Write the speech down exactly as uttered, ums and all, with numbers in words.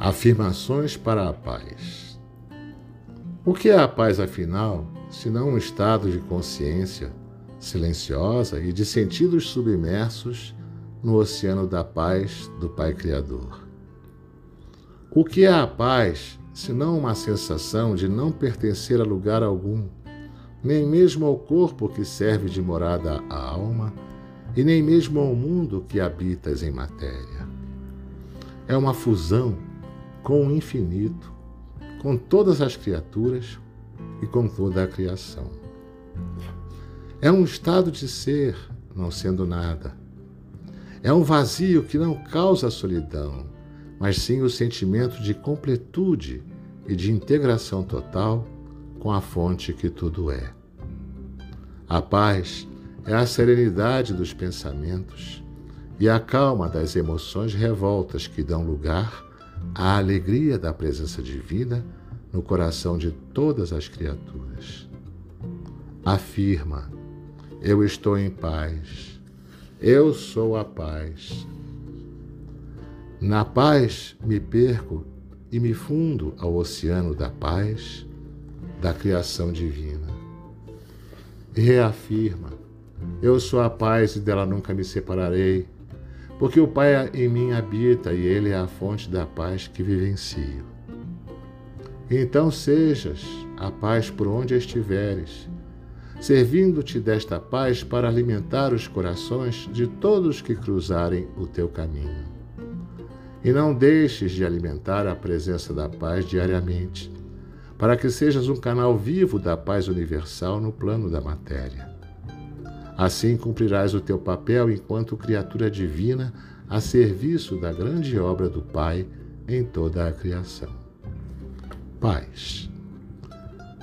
Afirmações para a paz. O que é a paz, afinal, senão um estado de consciência silenciosa e de sentidos submersos no oceano da paz do Pai Criador? O que é a paz, senão uma sensação de não pertencer a lugar algum, nem mesmo ao corpo que serve de morada à alma, e nem mesmo ao mundo que habitas em matéria? É uma fusão com o infinito, com todas as criaturas e com toda a criação. É um estado de ser, não sendo nada. É um vazio que não causa solidão, mas sim o sentimento de completude e de integração total com a fonte que tudo é. A paz é a serenidade dos pensamentos e a calma das emoções revoltas que dão lugar à alegria da presença divina no coração de todas as criaturas. Afirma: eu estou em paz, eu sou a paz. Na paz me perco e me fundo ao oceano da paz, da criação divina. E reafirma: eu sou a paz e dela nunca me separarei, porque o Pai em mim habita e Ele é a fonte da paz que vivencio. Então sejas a paz por onde estiveres, servindo-te desta paz para alimentar os corações de todos que cruzarem o teu caminho. E não deixes de alimentar a presença da paz diariamente, para que sejas um canal vivo da paz universal no plano da matéria. Assim cumprirás o teu papel enquanto criatura divina a serviço da grande obra do Pai em toda a criação. Paz.